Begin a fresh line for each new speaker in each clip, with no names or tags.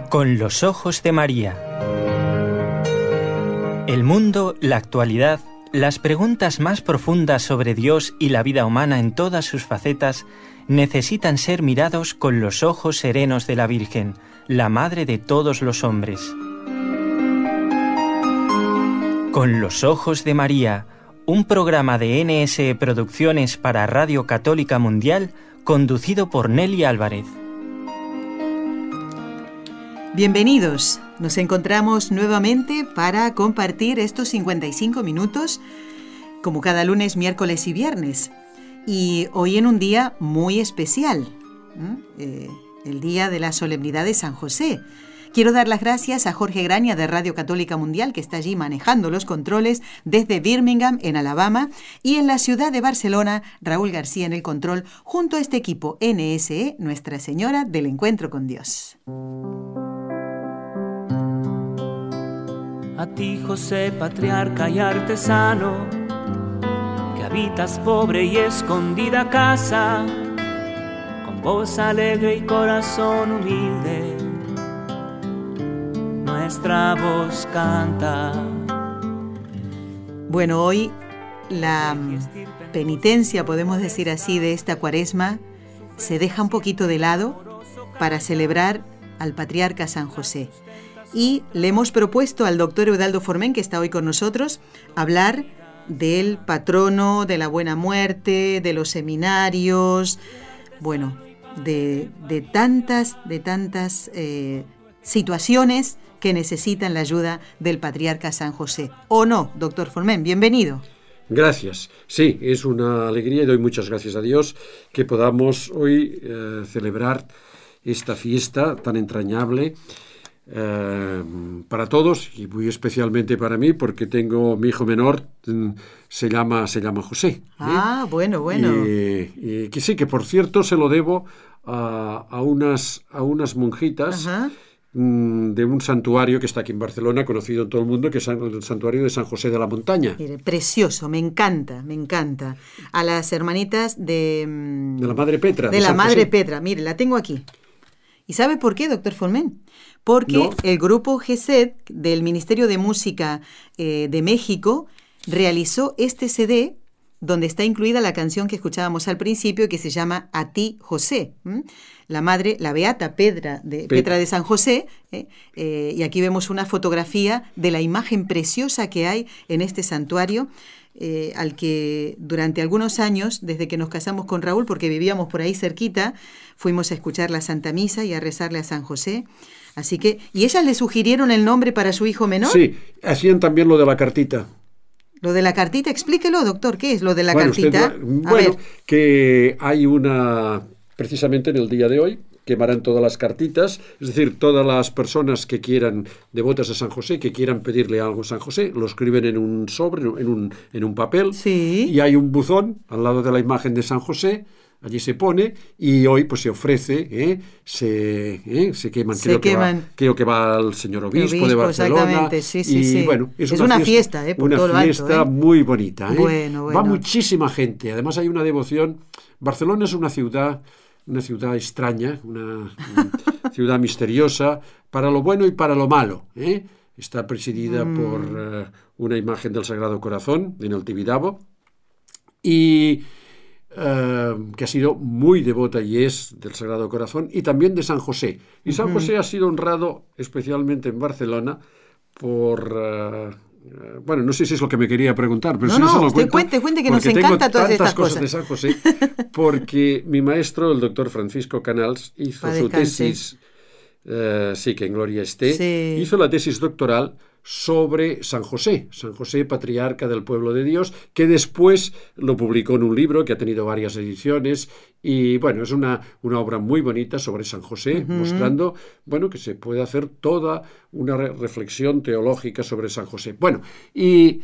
Con los ojos de María. El mundo, la actualidad, las preguntas más profundas sobre Dios y la vida humana en todas sus facetas necesitan ser mirados con los ojos serenos de la Virgen, la Madre de todos los hombres. Con los ojos de María, un programa de NSE Producciones para Radio Católica Mundial, conducido por Nelly Álvarez.
Bienvenidos, nos encontramos nuevamente para compartir estos 55 minutos, como cada lunes, miércoles y viernes. Y hoy en un día muy especial, el día de la solemnidad de San José. Quiero dar las gracias a Jorge Graña de Radio Católica Mundial, que está allí manejando los controles desde Birmingham, en Alabama, y en la ciudad de Barcelona, Raúl García en el control, junto a este equipo NSE, Nuestra Señora del Encuentro con Dios.
A ti, José, patriarca y artesano, que habitas pobre y escondida casa, con voz alegre y corazón humilde, nuestra voz canta.
Bueno, hoy la penitencia, podemos decir así, de esta Cuaresma se deja un poquito de lado para celebrar al patriarca San José. Y le hemos propuesto al doctor Eudaldo Formen, que está hoy con nosotros, hablar del patrono de la buena muerte, de los seminarios, bueno, de tantas situaciones que necesitan la ayuda del patriarca San José. ¿O no, doctor Formen? Bienvenido.
Gracias. Sí, es una alegría y doy muchas gracias a Dios que podamos hoy celebrar esta fiesta tan entrañable para todos y muy especialmente para mí, porque tengo mi hijo menor, se llama José.
Ah, bueno.
Y que sí, que por cierto se lo debo a unas monjitas. Ajá. De un santuario que está aquí en Barcelona, conocido en todo el mundo, que es el santuario de San José de la Montaña.
Mire, precioso, me encanta. A las hermanitas de
la Madre Petra.
De la Madre Petra, mire, la tengo aquí. ¿Y sabe por qué, doctor Formen? Porque el grupo GESED del Ministerio de Música de México realizó este CD donde está incluida la canción que escuchábamos al principio, que se llama A ti, José. La madre, la beata Petra de San José, y aquí vemos una fotografía de la imagen preciosa que hay en este santuario, al que durante algunos años, desde que nos casamos con Raúl, porque vivíamos por ahí cerquita, fuimos a escuchar la Santa Misa y a rezarle a San José. Así que, ¿y ellas le sugirieron el nombre para su hijo menor?
Sí, hacían también lo de la cartita.
Lo de la cartita, explíquelo, doctor, ¿qué es lo de la cartita?
Que hay precisamente en el día de hoy, quemarán todas las cartitas, es decir, todas las personas que quieran, devotas a San José, que quieran pedirle algo a San José, lo escriben en un sobre, en un papel,
sí.
Y hay un buzón al lado de la imagen de San José. Allí se pone y hoy pues se ofrece, se queman. Creo que va al señor obispo de Barcelona.
Sí.
Bueno,
es una fiesta por todo lo alto.
Una fiesta muy bonita.
Bueno.
Va muchísima gente. Además hay una devoción. Barcelona es una ciudad extraña, una ciudad misteriosa, para lo bueno y para lo malo. Está presidida por una imagen del Sagrado Corazón en el Tibidabo y que ha sido muy devota y es del Sagrado Corazón y también de San José. Y San José ha sido honrado especialmente en Barcelona por... no sé si es lo que me quería preguntar, pero si no se lo cuento,
cuente que nos encanta todas estas cosas
de San José, porque mi maestro, el doctor Francisco Canals, hizo su tesis, que en gloria esté, hizo la tesis doctoral sobre San José, patriarca del pueblo de Dios, que después lo publicó en un libro que ha tenido varias ediciones y bueno, es una obra muy bonita sobre San José, mostrando, que se puede hacer toda una reflexión teológica sobre San José. Bueno, y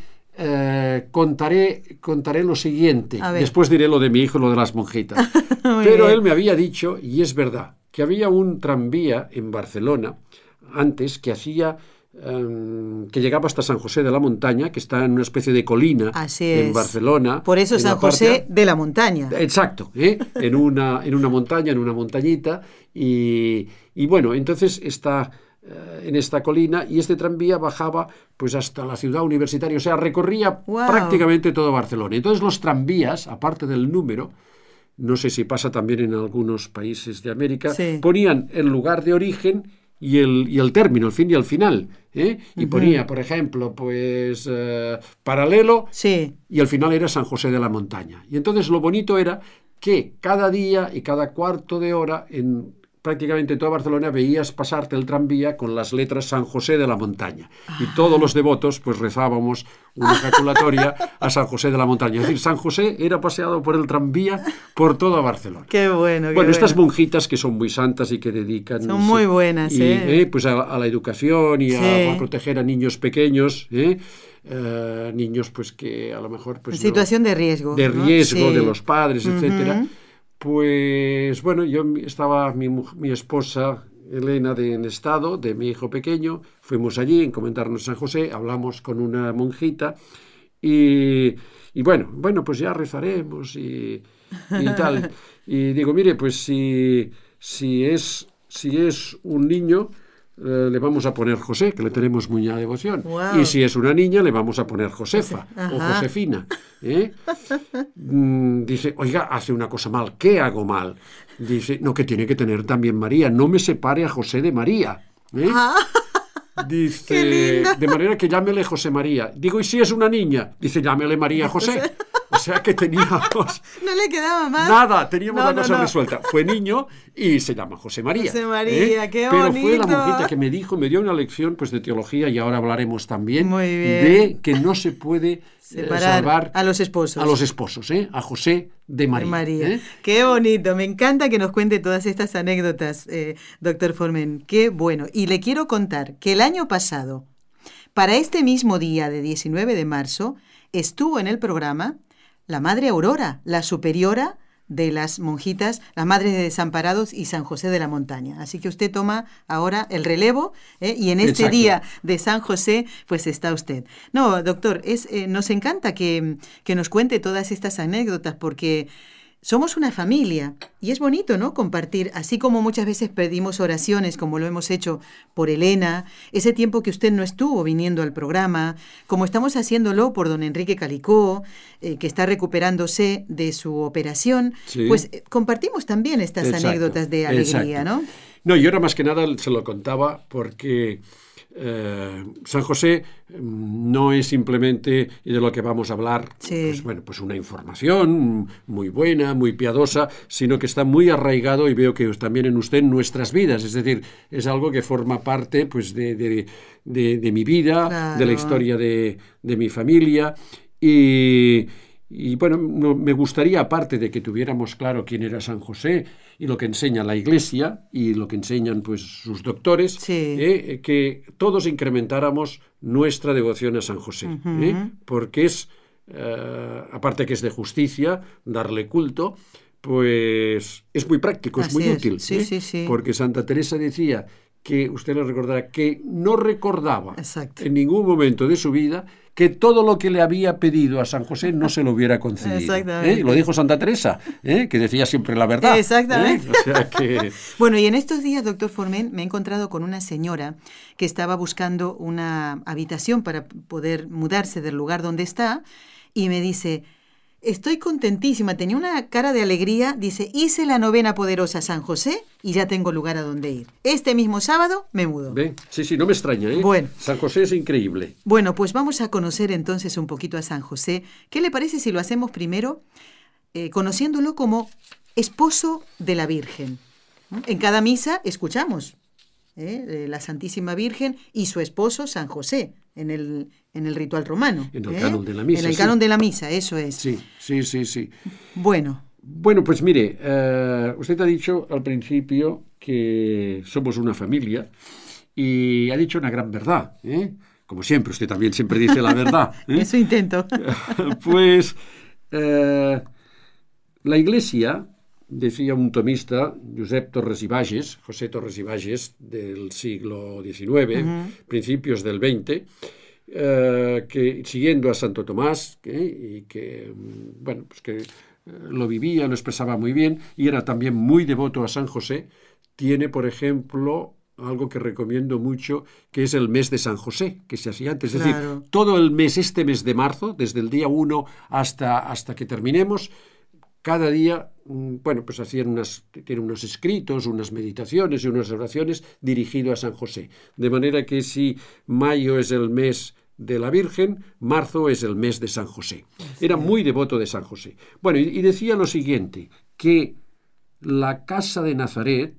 contaré lo siguiente, después diré lo de mi hijo, lo de las monjitas. Pero él me había dicho, y es verdad, que había un tranvía en Barcelona antes que hacía... que llegaba hasta San José de la Montaña, que está en una especie de colina en Barcelona.
Por eso San José de la Montaña.
Exacto, en una montaña, en una montañita. Y bueno, entonces esta en esta colina, y este tranvía bajaba pues hasta la ciudad universitaria, o sea, recorría
Wow.
prácticamente todo Barcelona. Entonces los tranvías, aparte del número, no sé si pasa también en algunos países de América,
Sí.
ponían el lugar de origen y el término, el fin y el final, ¿eh? Y ponía, por ejemplo, pues paralelo,
Sí.
y al final era San José de la Montaña. Y entonces lo bonito era que cada día y cada cuarto de hora en prácticamente toda Barcelona veías pasarte el tranvía con las letras San José de la Montaña. Y todos los devotos pues rezábamos una ejaculatoria a San José de la Montaña. Es decir, San José era paseado por el tranvía por toda Barcelona.
Qué bueno, qué
Bueno, estas
bueno.
monjitas que son muy santas y que dedican...
Son muy buenas,
y, pues a la educación y
Sí.
a proteger a niños pequeños, niños pues que a lo mejor... Pues,
En situación de riesgo.
de
¿no?
riesgo
Sí.
de los padres, etcétera. Pues bueno, estaba mi esposa Elena en estado de mi hijo pequeño, fuimos allí a encomendarnos a San José, hablamos con una monjita y bueno, pues ya rezaremos y tal. Y digo, mire, pues si es un niño, le vamos a poner José, que le tenemos mucha devoción.
Wow.
Y si es una niña, le vamos a poner Josefa o
Ajá.
Josefina. Dice, oiga, hace una cosa mal. ¿Qué hago mal? Dice, no, que tiene que tener también María. No me separe a José de María. Dice,
Qué lindo.
de manera que llámele José María. Digo, ¿y si es una niña? Dice, llámele María José. O sea que teníamos...
No le quedaba más.
Nada, teníamos
No,
la
no,
cosa
no.
resuelta. Fue niño y se llama José María.
José María, qué
Pero fue la
bonito.
monjita que me dio una lección pues de teología, y ahora hablaremos también
Muy bien.
de que no se puede
Separar
salvar
a los esposos.
a los esposos, a José de María.
María. Qué bonito, me encanta que nos cuente todas estas anécdotas, doctor Formen. Qué bueno. Y le quiero contar que el año pasado, para este mismo día de 19 de marzo, estuvo en el programa la Madre Aurora, la superiora de las monjitas, las Madres de Desamparados y San José de la Montaña. Así que usted toma ahora el relevo, y en este
Exacto.
día de San José, pues está usted. No, doctor, nos encanta que nos cuente todas estas anécdotas, porque somos una familia y es bonito, ¿no? Compartir, así como muchas veces pedimos oraciones, como lo hemos hecho por Elena, ese tiempo que usted no estuvo viniendo al programa, como estamos haciéndolo por don Enrique Calicó, que está recuperándose de su operación,
Sí.
pues compartimos también estas
Exacto,
anécdotas de alegría,
exacto.
¿no?
No, yo ahora más que nada se lo contaba porque San José no es simplemente, y de lo que vamos a hablar,
Sí.
pues una información muy buena, muy piadosa, sino que está muy arraigado, y veo que también en usted, en nuestras vidas. Es decir, es algo que forma parte pues de mi vida,
Claro.
de la historia de mi familia. Y bueno, me gustaría, aparte de que tuviéramos claro quién era San José y lo que enseña la Iglesia y lo que enseñan pues sus doctores,
Sí.
que todos incrementáramos nuestra devoción a San José, porque es, aparte que es de justicia, darle culto, pues es muy práctico, es
Así
muy
es.
útil.
Sí, sí, sí.
Porque Santa Teresa decía que, usted le recordará, que no recordaba
Exacto.
en ningún momento de su vida que todo lo que le había pedido a San José no se lo hubiera concedido.
Exactamente.
Lo dijo Santa Teresa, que decía siempre la verdad.
Exactamente.
O sea que...
Bueno, y en estos días, doctor Formen, me he encontrado con una señora que estaba buscando una habitación para poder mudarse del lugar donde está, y me dice, estoy contentísima, tenía una cara de alegría, dice, hice la novena poderosa a San José y ya tengo lugar a donde ir. Este mismo sábado me mudo.
¿Ve? Sí, no me extraña.
Bueno.
San José es increíble.
Bueno, pues vamos a conocer entonces un poquito a San José. ¿Qué le parece si lo hacemos primero conociéndolo como esposo de la Virgen? En cada misa escuchamos la Santísima Virgen y su esposo San José en el ritual romano.
En el canon de la misa,
En el
sí.
canon de la misa, eso es.
Sí.
Bueno,
Bueno, pues mire, usted ha dicho al principio que somos una familia y ha dicho una gran verdad, Como siempre, usted también siempre dice la verdad.
eso intento.
Pues la Iglesia, decía un tomista, José Torres i Bages, del siglo XIX, principios del XX, que siguiendo a Santo Tomás, y que, bueno, pues que lo vivía, lo expresaba muy bien, y era también muy devoto a San José, tiene, por ejemplo, algo que recomiendo mucho, que es el mes de San José, que se hacía antes. Es
Claro.
decir, todo el mes, este mes de marzo, desde el día 1 hasta que terminemos, cada día, bueno, pues tienen unos escritos, unas meditaciones y unas oraciones dirigidas a San José. De manera que si mayo es el mes de la Virgen, marzo es el mes de San José. Era muy devoto de San José. Bueno, y decía lo siguiente, que la casa de Nazaret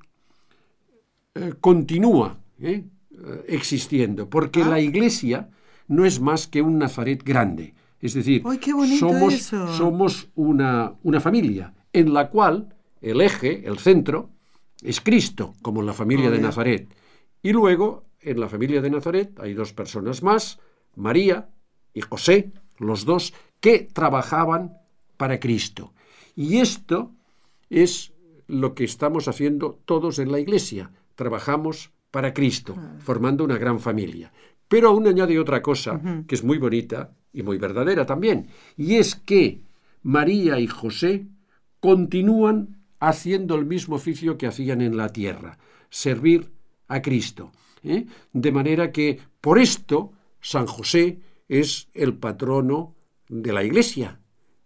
continúa existiendo, porque la iglesia no es más que un Nazaret grande. Es decir,
¡Ay, qué bonito eso!
somos una familia en la cual el eje, el centro, es Cristo, como en la familia de Nazaret. Y luego, en la familia de Nazaret, hay dos personas más, María y José, los dos, que trabajaban para Cristo. Y esto es lo que estamos haciendo todos en la iglesia. Trabajamos para Cristo, formando una gran familia. Pero aún añade otra cosa, que es muy bonita y muy verdadera también, y es que María y José continúan haciendo el mismo oficio que hacían en la tierra, servir a Cristo. De manera que, por esto, San José es el patrono de la iglesia,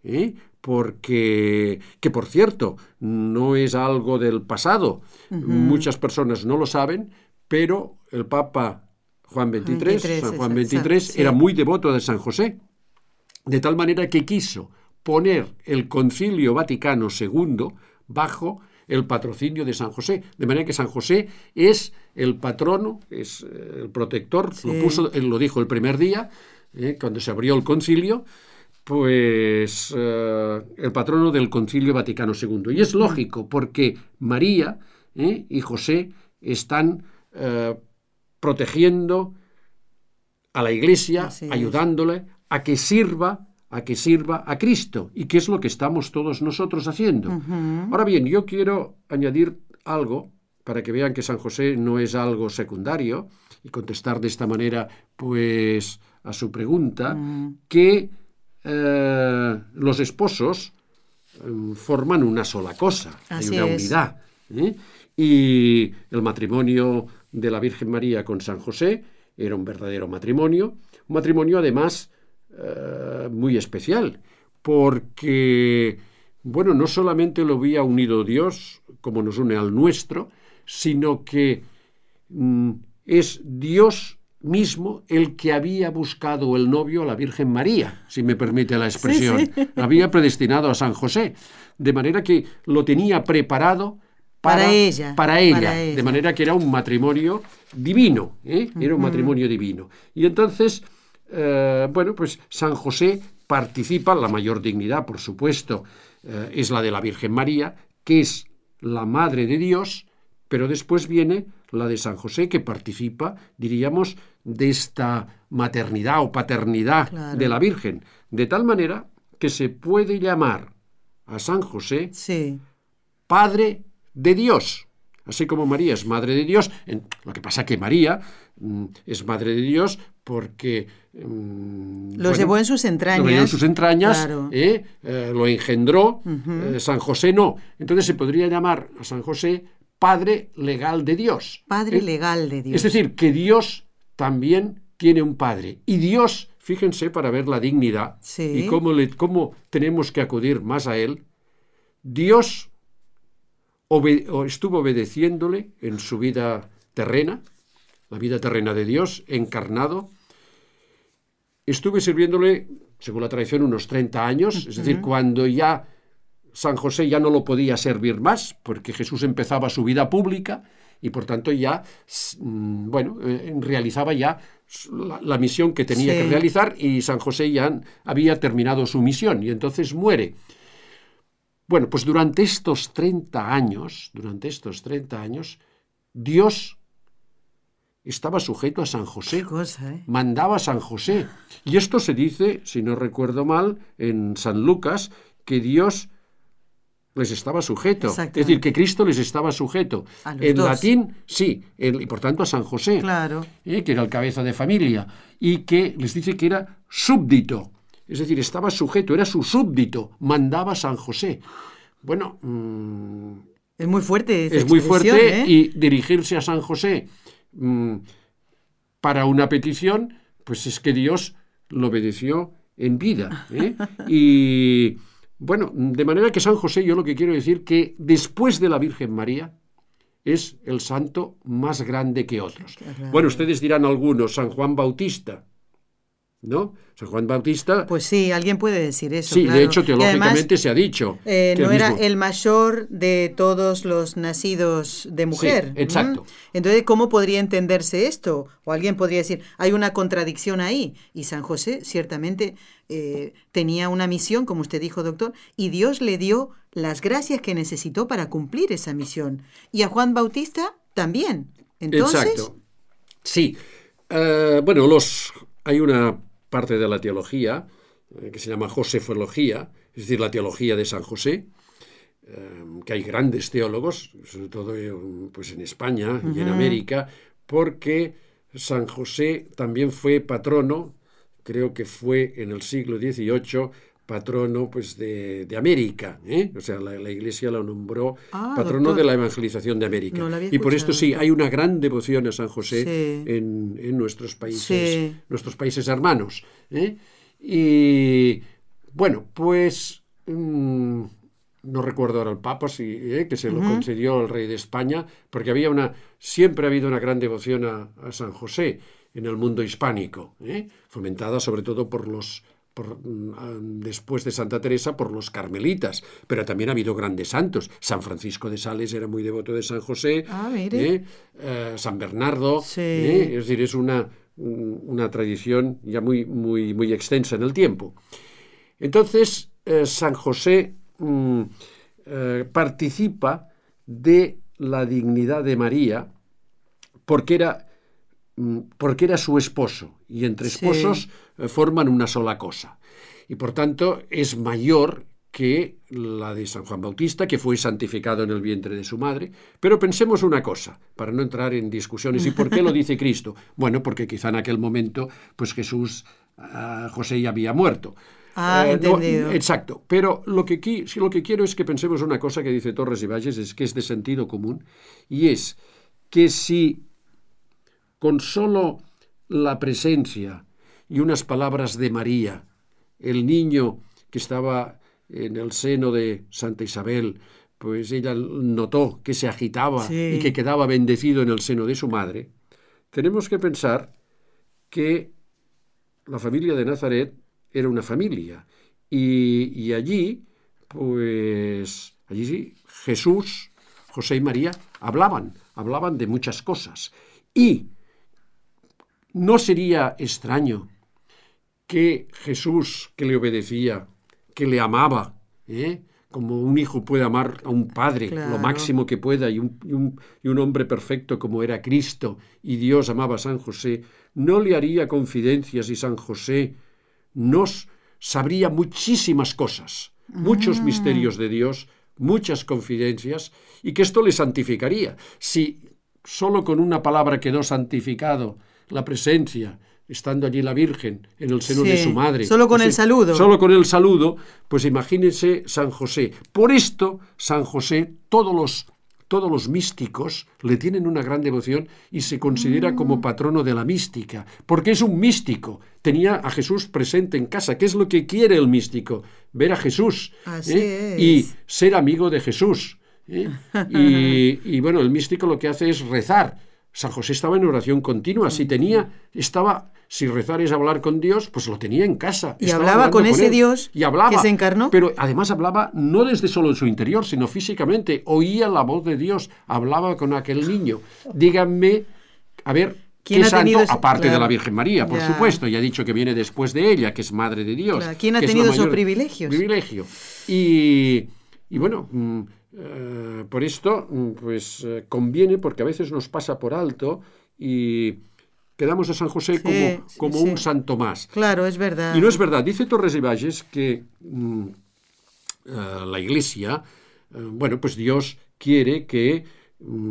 porque, que por cierto, no es algo del pasado. Muchas personas no lo saben, pero el Papa San Juan XXIII, era muy devoto de San José, de tal manera que quiso poner el Concilio Vaticano II bajo el patrocinio de San José, de manera que San José es el patrono, es el protector, lo dijo el primer día, cuando se abrió el concilio, pues el patrono del Concilio Vaticano II. Y es lógico, porque María y José están protegiendo a la Iglesia, ayudándole a que sirva a Cristo, y que es lo que estamos todos nosotros haciendo. Ahora bien, yo quiero añadir algo para que vean que San José no es algo secundario, y contestar de esta manera pues a su pregunta, que los esposos forman una sola cosa, hay una unidad. Y el matrimonio de la Virgen María con San José era un verdadero matrimonio, un matrimonio además muy especial, porque, bueno, no solamente lo había unido Dios, como nos une al nuestro, sino que es Dios mismo el que había buscado el novio a la Virgen María, si me permite la expresión. Había predestinado a San José, de manera que lo tenía preparado para ella, de manera que era un matrimonio divino, era un matrimonio divino. Y entonces, bueno, pues San José participa, la mayor dignidad, por supuesto, es la de la Virgen María, que es la Madre de Dios, pero después viene la de San José, que participa, diríamos, de esta maternidad o paternidad de la Virgen, de tal manera que se puede llamar a San José Padre de Dios, así como María es Madre de Dios. Lo que pasa que María es Madre de Dios porque
lo llevó en sus entrañas.
Lo llevó en sus entrañas, lo engendró. San José no. Entonces se podría llamar a San José Padre legal de Dios.
Padre legal de Dios.
Es decir, que Dios también tiene un Padre. Y Dios, fíjense, para ver la dignidad y cómo tenemos que acudir más a Él, Dios estuvo obedeciéndole en su vida terrena, la vida terrena de Dios, encarnado. Estuve sirviéndole, según la tradición, unos 30 años, es decir, cuando ya San José ya no lo podía servir más, porque Jesús empezaba su vida pública y por tanto ya, bueno, realizaba ya la misión que tenía que realizar, y San José ya había terminado su misión y entonces muere. Bueno, pues durante estos 30 años, Dios estaba sujeto a San José.
Qué cosa,
mandaba a San José. Y esto se dice, si no recuerdo mal, en San Lucas, que Dios les estaba sujeto. Es decir, que Cristo les estaba sujeto. En latín, sí, y por tanto a San José, que era el cabeza de familia, y que les dice que era súbdito. Es decir, estaba sujeto, era su súbdito, mandaba a San José. Bueno,
es muy fuerte esa
expresión, y dirigirse a San José para una petición, pues es que Dios lo obedeció en vida. Y bueno, de manera que San José, yo lo que quiero decir que después de la Virgen María es el santo más grande que otros. Bueno, ustedes dirán algunos, San Juan Bautista, ¿no? San Juan Bautista...
Pues sí, alguien puede decir eso.
Sí,
claro.
de hecho, teológicamente
además,
se ha dicho.
No era el mayor de todos los nacidos de mujer.
Sí, exacto.
Entonces, ¿cómo podría entenderse esto? O alguien podría decir, hay una contradicción ahí. Y San José ciertamente tenía una misión, como usted dijo, doctor, y Dios le dio las gracias que necesitó para cumplir esa misión. Y a Juan Bautista también. Entonces...
Exacto. Sí. Bueno, hay una parte de la teología que se llama josefología, es decir, la teología de San José, que hay grandes teólogos, sobre todo pues en España y en América, porque San José también fue patrono, creo que fue en el siglo XVIII, patrono pues de América, O sea, la Iglesia lo nombró patrono
doctor,
de la evangelización de América.
No
y por esto sí, hay una gran devoción a San José
sí.
en nuestros países,
sí.
nuestros países hermanos. Y bueno, pues no recuerdo ahora el Papa que se lo concedió al rey de España, porque siempre ha habido una gran devoción a San José en el mundo hispánico, fomentada sobre todo después de Santa Teresa por los carmelitas, pero también ha habido grandes santos. San Francisco de Sales era muy devoto de San José, San Bernardo,
sí.
Es decir, es una tradición ya muy, muy, muy extensa en el tiempo. Entonces, San José participa de la dignidad de María porque era su esposo, y entre esposos forman una sola cosa. Y por tanto es mayor que la de San Juan Bautista, que fue santificado en el vientre de su madre. Pero pensemos una cosa, para no entrar en discusiones. ¿Y por qué lo dice Cristo? Bueno, porque quizá en aquel momento pues José ya había muerto.
Entendido.
Exacto, pero lo que quiero es que pensemos una cosa que dice Torres y Valles, es que es de sentido común, y es que si con solo la presencia y unas palabras de María, el niño que estaba en el seno de Santa Isabel, pues ella notó que se agitaba y que quedaba bendecido en el seno de su madre, tenemos que pensar que la familia de Nazaret era una familia, y allí Jesús, José y María hablaban de muchas cosas, y no sería extraño que Jesús, que le obedecía, que le amaba, como un hijo puede amar a un padre, lo máximo que pueda, y un hombre perfecto como era Cristo, y Dios amaba a San José, no le haría confidencias, y San José nos sabría muchísimas cosas, muchos misterios de Dios, muchas confidencias, y que esto le santificaría. Si solo con una palabra quedó santificado la presencia, estando allí la Virgen en el seno de su madre.
Solo con el saludo.
Solo con el saludo, pues imagínense San José. Por esto, San José, todos los místicos le tienen una gran devoción y se considera como patrono de la mística, porque es un místico. Tenía a Jesús presente en casa. ¿Qué es lo que quiere el místico? Ver a Jesús.
Así es.
Y ser amigo de Jesús. Y bueno, el místico lo que hace es rezar. San José estaba en oración continua. Si rezar es hablar con Dios, pues lo tenía en casa.
Y hablaba con ese Dios que se encarnó.
Pero además hablaba no desde solo su interior, sino físicamente. Oía la voz de Dios, hablaba con aquel niño. Díganme, a ver, ¿qué santo? Aparte de la Virgen María, por supuesto. Ya he dicho que viene después de ella, que es Madre de Dios.
¿Quién ha tenido esos privilegios?
Y bueno... por esto, pues conviene, porque a veces nos pasa por alto y quedamos a San José como un santo más.
Claro, es verdad.
Y no es verdad. Dice Torres y Valles que la Iglesia, pues Dios quiere que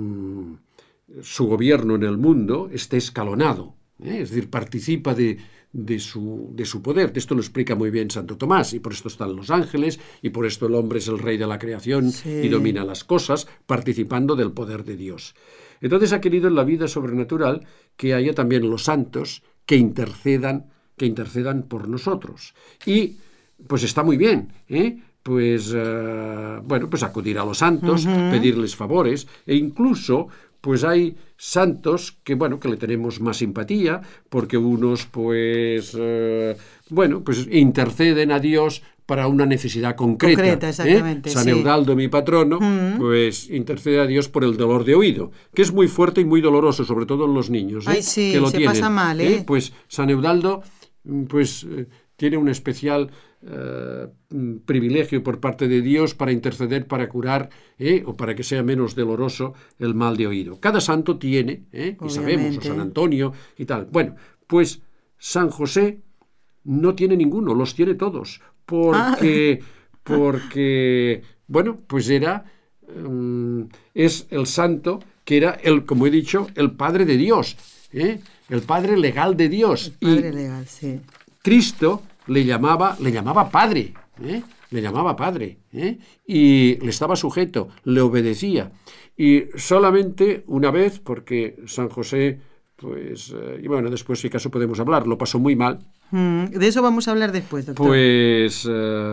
su gobierno en el mundo esté escalonado, es decir, participa de de su poder. Esto lo explica muy bien Santo Tomás, y por esto están los ángeles, y por esto el hombre es el rey de la creación y domina las cosas, participando del poder de Dios. Entonces ha querido en la vida sobrenatural que haya también los santos que intercedan por nosotros. Y pues está muy bien, pues acudir a los santos, pedirles favores, e incluso pues hay santos que le tenemos más simpatía, porque unos pues interceden a Dios para una necesidad concreta.
Exactamente,
San Eudaldo, mi patrono, pues intercede a Dios por el dolor de oído, que es muy fuerte y muy doloroso, sobre todo en los niños.
Ay, sí,
que lo
se
tienen,
pasa mal,
Pues San Eudaldo, pues tiene un especial privilegio por parte de Dios para interceder, para curar o para que sea menos doloroso el mal de oído. Cada santo tiene, y sabemos, o San Antonio y tal. Bueno, pues San José no tiene ninguno, los tiene todos, porque pues es el santo que era, como he dicho, el Padre de Dios, el Padre legal de Dios.
El Padre legal, sí.
Cristo le llamaba Padre, y le estaba sujeto, le obedecía. Y solamente una vez, porque San José, pues, después si acaso podemos hablar, lo pasó muy mal.
De eso vamos a hablar después, doctor.
Pues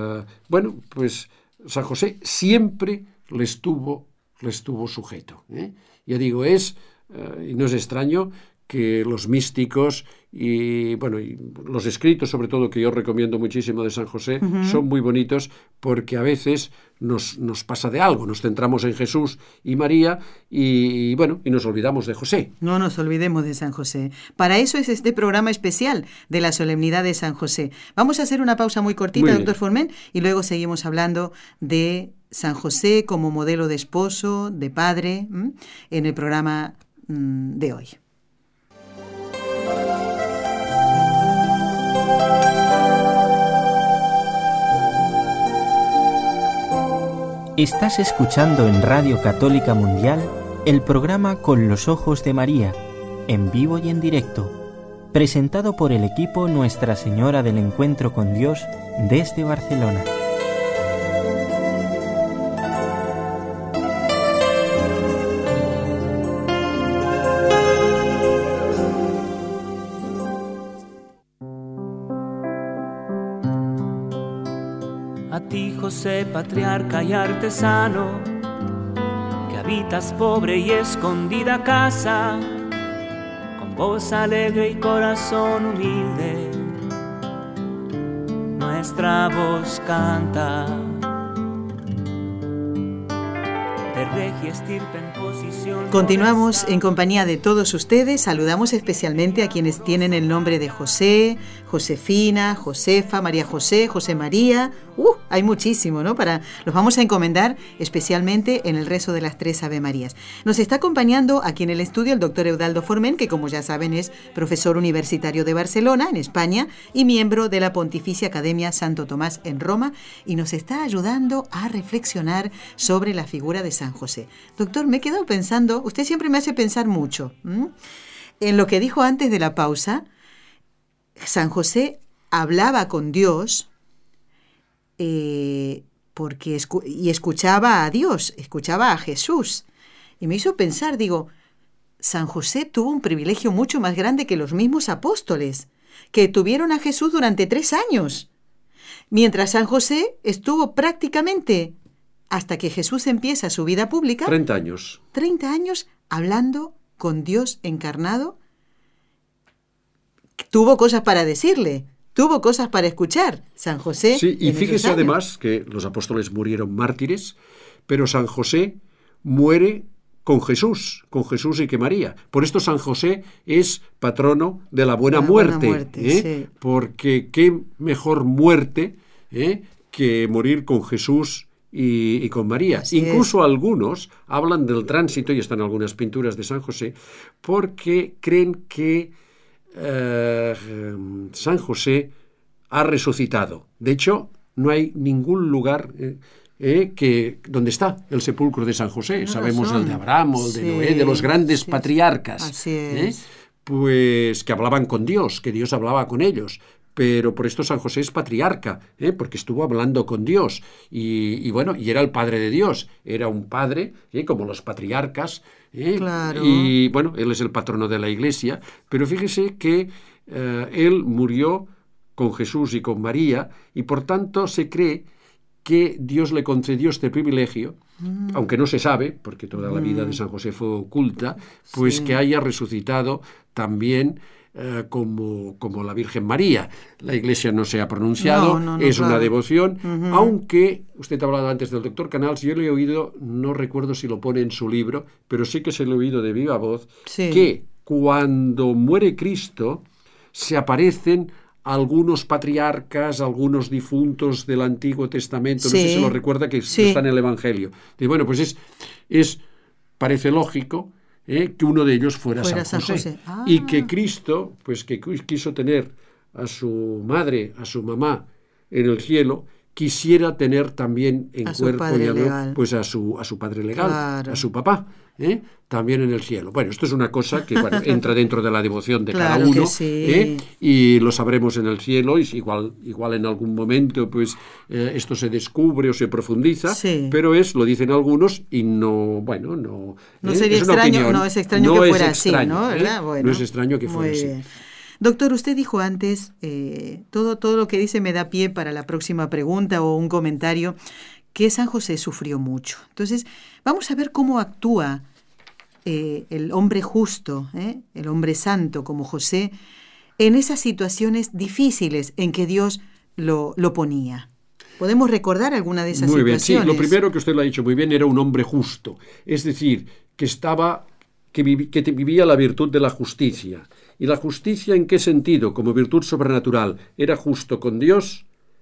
San José siempre le estuvo sujeto. Ya digo, y no es extraño que los místicos y los escritos, sobre todo, que yo recomiendo muchísimo de San José, son muy bonitos, porque a veces nos pasa de algo, nos centramos en Jesús y María y nos olvidamos de José.
No nos olvidemos de San José. Para eso es este programa especial de la solemnidad de San José. Vamos a hacer una pausa muy cortita, doctor Forment, y luego seguimos hablando de San José como modelo de esposo, de padre, en el programa de hoy.
Estás escuchando en Radio Católica Mundial el programa Con los Ojos de María, en vivo y en directo, presentado por el equipo Nuestra Señora del Encuentro con Dios desde Barcelona.
A ti, José, patriarca y artesano, que habitas pobre y escondida casa, con voz alegre y corazón humilde, nuestra voz canta. De regia estirpe en posición.
Continuamos en compañía de todos ustedes. Saludamos especialmente a quienes tienen el nombre de José, Josefina, Josefa, María José, José María. Hay muchísimo, ¿no? Los vamos a encomendar especialmente en el rezo de las 3 Ave Marías. Nos está acompañando aquí en el estudio el doctor Eudaldo Forment, que como ya saben es profesor universitario de Barcelona, en España, y miembro de la Pontificia Academia Santo Tomás en Roma, y nos está ayudando a reflexionar sobre la figura de San José. Doctor, me he quedado pensando, usted siempre me hace pensar mucho, en lo que dijo antes de la pausa. San José hablaba con Dios porque escuchaba a Dios, escuchaba a Jesús. Y me hizo pensar, San José tuvo un privilegio mucho más grande que los mismos apóstoles, que tuvieron a Jesús durante 3 años. Mientras San José estuvo prácticamente, hasta que Jesús empieza su vida pública,
30 años.
30 años hablando con Dios encarnado. Tuvo cosas para decirle, tuvo cosas para escuchar San José.
Sí, y fíjese además que los apóstoles murieron mártires, pero San José muere con Jesús y que María. Por esto San José es patrono de la buena muerte,
sí.
Porque qué mejor muerte que morir con Jesús y con María.
Así
Incluso
es.
Algunos hablan del tránsito, y están algunas pinturas de San José, porque creen que San José ha resucitado. De hecho, no hay ningún lugar donde está el sepulcro de San José. Sabemos el de Abraham, el de Noé, de los grandes patriarcas.
Así es.
pues que hablaban con Dios, que Dios hablaba con ellos. Pero por esto San José es patriarca, porque estuvo hablando con Dios y bueno, y era el padre de Dios, era un padre, como los patriarcas,
Claro.
y bueno, él es el patrono de la Iglesia, pero fíjese que él murió con Jesús y con María y por tanto se cree que Dios le concedió este privilegio, aunque no se sabe, porque toda la vida de San José fue oculta, pues
Sí.
que haya resucitado también como la Virgen María. La Iglesia no se ha pronunciado,
No,
es una
claro.
devoción, aunque usted ha hablado antes del doctor Canals, yo le he oído, no recuerdo si lo pone en su libro, pero sí que se lo he oído de viva voz,
Sí.
que cuando muere Cristo se aparecen algunos patriarcas, algunos difuntos del Antiguo Testamento, no sé
Sí.
si lo recuerda, que
Sí.
está en el Evangelio. Y bueno, pues parece lógico que uno de ellos fuera
Fuera
San José.
San José. Ah.
Y que Cristo, pues que quiso tener a su madre, a su mamá en el cielo, quisiera tener también en
A su
cuerpo
padre
y alma,
legal.
pues a su padre legal,
Claro.
a su papá, también en el cielo. Bueno, esto es una cosa que bueno, entra dentro de la devoción de
Claro
cada
que
uno,
sí.
y lo sabremos en el cielo, y igual en algún momento pues esto se descubre o se profundiza,
Sí.
pero lo dicen algunos y no, bueno,
No sería
es una
extraño,
opinión.
no es extraño
No
que
es
fuera así,
extraño,
¿no? ¿Verdad? Bueno,
no es extraño que fuera
muy
así.
bien. Doctor, usted dijo antes, todo lo que dice me da pie para la próxima pregunta o un comentario, que San José sufrió mucho. Entonces, vamos a ver cómo actúa el hombre justo, el hombre santo como José, en esas situaciones difíciles en que Dios lo ponía. ¿Podemos recordar alguna de esas
Muy bien,
situaciones?
sí, lo primero que usted lo ha dicho muy bien, era un hombre justo, es decir, que vivía la virtud de la justicia. ¿Y la justicia en qué sentido? Como virtud sobrenatural. Era justo con Dios,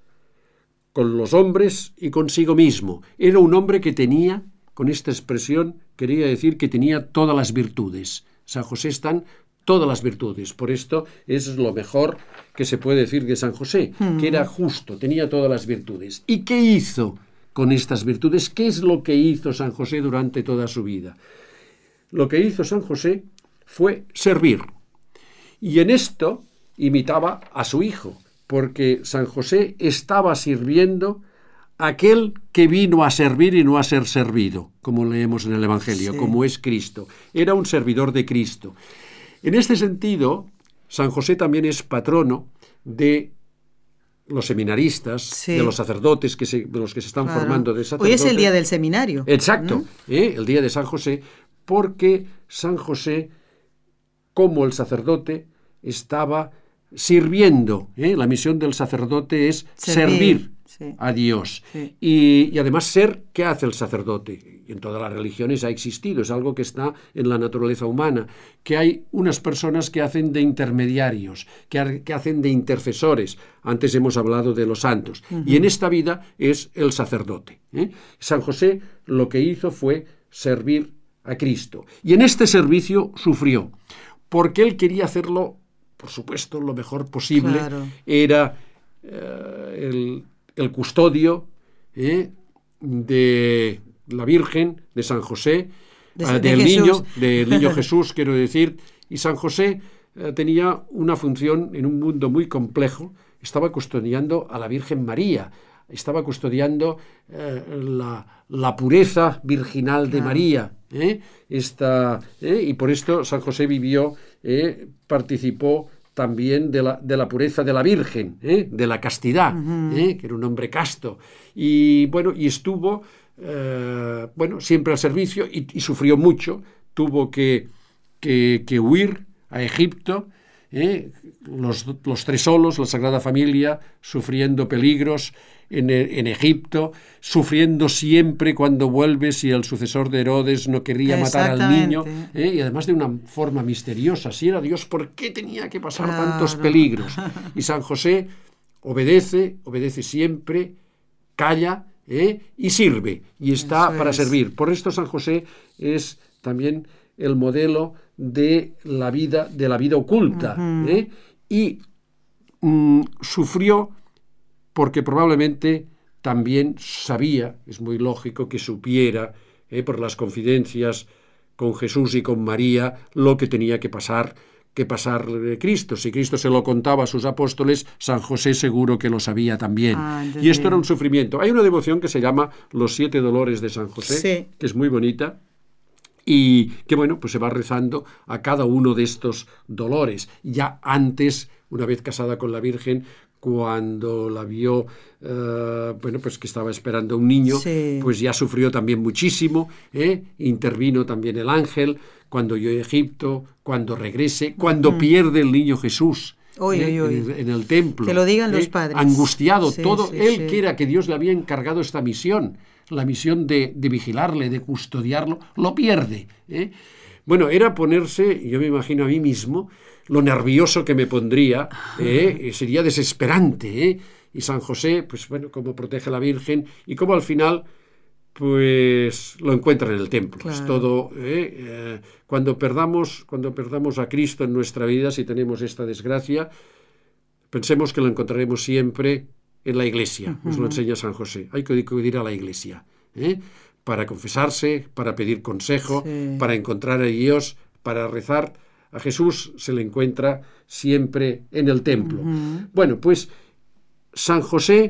con los hombres y consigo mismo. Era un hombre que tenía, con esta expresión, quería decir que tenía todas las virtudes. San José están todas las virtudes. Por esto es lo mejor que se puede decir de San José, que era justo, tenía todas las virtudes. ¿Y qué hizo con estas virtudes? ¿Qué es lo que hizo San José durante toda su vida? Lo que hizo San José fue servir. Y en esto imitaba a su hijo, porque San José estaba sirviendo a aquel que vino a servir y no a ser servido, como leemos en el Evangelio,
Sí.
como es Cristo. Era un servidor de Cristo. En este sentido, San José también es patrono de los seminaristas,
Sí.
de los sacerdotes, de los que se están
Claro.
formando de
Hoy
sacerdotes.
es el día del seminario.
Exacto, el día de San José, porque San José, como el sacerdote, estaba sirviendo. La misión del sacerdote es servir
sí.
a Dios.
Sí.
Y además ¿qué hace el sacerdote? Y en todas las religiones ha existido, es algo que está en la naturaleza humana, que hay unas personas que hacen de intermediarios, que hacen de intercesores. Antes hemos hablado de los santos. Y en esta vida es el sacerdote. San José lo que hizo fue servir a Cristo. Y en este servicio sufrió, porque él quería hacerlo, por supuesto, lo mejor posible.
Claro.
Era el custodio de la Virgen, de San José, del niño Jesús, quiero decir. Y San José tenía una función en un mundo muy complejo. Estaba custodiando a la Virgen María, estaba custodiando la pureza virginal de María. Y por esto San José participó también de la pureza de la Virgen, de la castidad, que era un hombre casto. Y bueno, y estuvo siempre al servicio y sufrió mucho. Tuvo que huir a Egipto, los tres solos, la Sagrada Familia, sufriendo peligros en Egipto, sufriendo siempre cuando vuelve si el sucesor de Herodes no quería matar al niño, y además de una forma misteriosa. Si era Dios, ¿por qué tenía que pasar tantos peligros? Y San José obedece siempre, calla, y sirve, y está para servir. Por esto San José es también el modelo de la vida oculta, y sufrió porque probablemente también sabía, es muy lógico que supiera, por las confidencias con Jesús y con María, lo que tenía que pasar que pasar Cristo. Si Cristo se lo contaba a sus apóstoles, San José seguro que lo sabía también. Y esto era un sufrimiento. Hay una devoción que se llama Los 7 dolores de San José,
sí,
que es muy bonita, y que, bueno, pues se va rezando a cada uno de estos dolores. Ya antes, una vez casada con la Virgen, cuando la vio, bueno, pues que estaba esperando un niño,
sí,
pues ya sufrió también muchísimo, intervino también el ángel, cuando yo a Egipto, cuando regrese, cuando pierde el niño Jesús en el templo.
Que lo digan los padres.
Angustiado,
Sí,
todo,
sí,
él
sí.
que era que Dios le había encargado esta misión, la misión de vigilarle, de custodiarlo, lo pierde. Bueno, era ponerse, yo me imagino a mí mismo, lo nervioso que me pondría, sería desesperante. Y San José, pues bueno, cómo protege a la Virgen y cómo al final, pues lo encuentra en el templo.
Claro.
Es todo. Cuando perdamos a Cristo en nuestra vida, si tenemos esta desgracia, pensemos que lo encontraremos siempre en la iglesia. Nos lo enseña San José. Hay que acudir a la iglesia, para confesarse, para pedir consejo,
sí,
para encontrar a Dios, para rezar. A Jesús se le encuentra siempre en el templo. Bueno, pues San José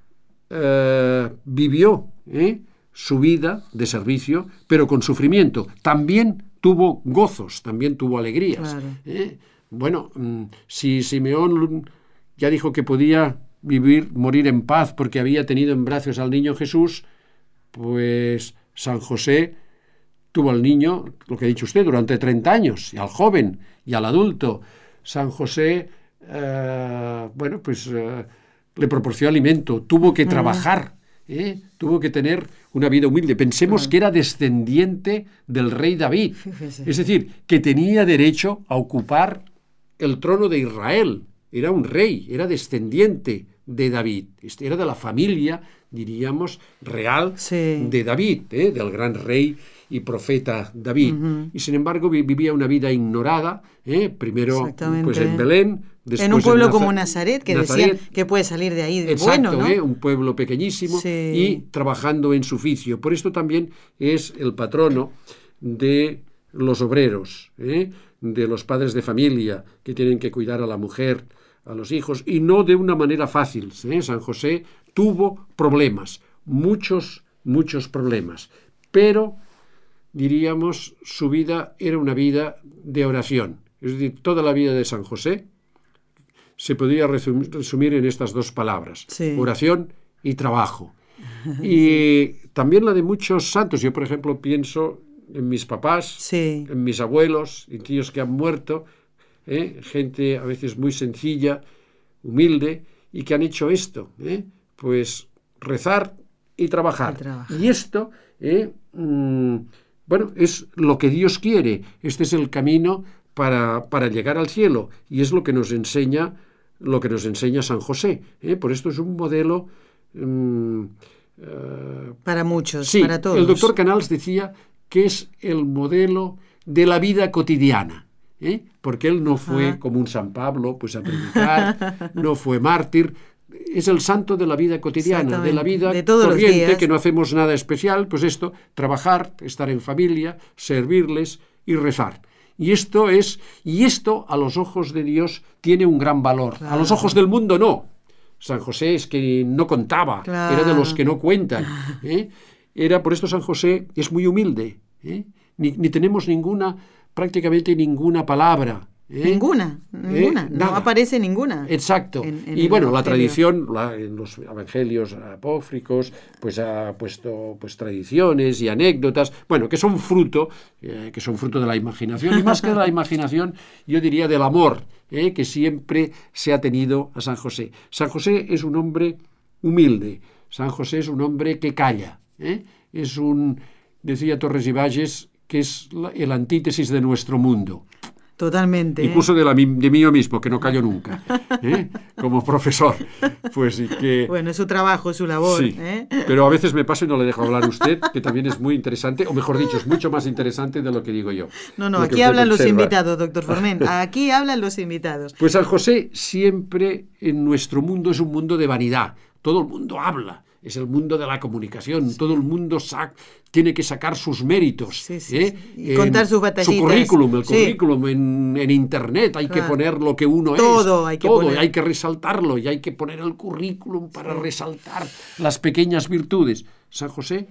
vivió su vida de servicio, pero con sufrimiento. También tuvo gozos, también tuvo alegrías.
Claro.
Bueno, si Simeón ya dijo que podía morir en paz porque había tenido en brazos al niño Jesús, pues San José tuvo al niño, lo que ha dicho usted, durante 30 años, y al joven, y al adulto. San José, bueno, pues le proporcionó alimento, tuvo que trabajar, tuvo que tener una vida humilde. Pensemos que era descendiente del rey David.
Fíjese.
Es decir, que tenía derecho a ocupar el trono de Israel. Era un rey, era descendiente de David. Era de la familia, diríamos, real
Sí.
de David, del gran rey y profeta David. Y sin embargo vivía una vida ignorada, primero
Exactamente.
pues en Belén, después
En un pueblo
en
como Nazaret, que decían que puede salir de ahí de
Exacto,
bueno, ¿no?
Un pueblo pequeñísimo,
Sí.
y trabajando en su oficio. Por esto también es el patrono de los obreros, de los padres de familia que tienen que cuidar a la mujer, a los hijos, y no de una manera fácil. San José tuvo problemas, muchos problemas, pero diríamos su vida era una vida de oración. Es decir, toda la vida de San José se podría resumir en estas dos palabras:
Sí.
oración y trabajo. Y también la de muchos santos. Yo, por ejemplo, pienso en mis papás,
Sí.
en mis abuelos, en tíos que han muerto, gente a veces muy sencilla, humilde, y que han hecho esto, pues rezar y trabajar. Y esto, bueno, es lo que Dios quiere. Este es el camino para llegar al cielo, y es lo que nos enseña San José. Por esto es un modelo
para muchos,
sí,
para todos.
El doctor Canals decía que es el modelo de la vida cotidiana. Porque él no fue como un San Pablo, pues a predicar, no fue mártir. Es el santo de la vida cotidiana, de la vida
de todos
corriente,
los días.
que no hacemos nada especial, pues esto, trabajar, estar en familia, servirles y rezar. Y esto a los ojos de Dios tiene un gran valor.
Claro.
A los ojos del mundo no. San José es que no contaba,
Claro.
era de los que no cuentan. Por esto San José es muy humilde. Ni tenemos prácticamente ninguna palabra.
Ninguna. No
nada.
aparece ninguna.
Exacto.
En
y
el
bueno, la
Evangelio.
tradición, en los evangelios apócrifos, pues ha puesto pues tradiciones y anécdotas, bueno, que son fruto de la imaginación, y más que de la imaginación, yo diría del amor, que siempre se ha tenido a San José. San José es un hombre humilde, San José es un hombre que calla, decía Torres y Valles, que es el antítesis de nuestro mundo.
Totalmente.
Incluso de mí mismo, que no callo nunca, como profesor. Pues, y que,
bueno, es su trabajo, es su labor.
Sí, pero a veces me paso y no le dejo hablar a usted, que también es muy interesante, o mejor dicho, es mucho más interesante de lo que digo yo.
No, aquí hablan los invitados, doctor Forment. Aquí hablan los invitados.
Pues San José siempre en nuestro mundo es un mundo de vanidad. Todo el mundo habla es el mundo de la comunicación. Todo el mundo tiene que sacar sus méritos.
Y contar sus batallitas.
Su currículum, currículum en Internet. Hay que poner lo que uno
todo
es. Hay que resaltarlo. Y hay que poner el currículum para resaltar las pequeñas virtudes. San José,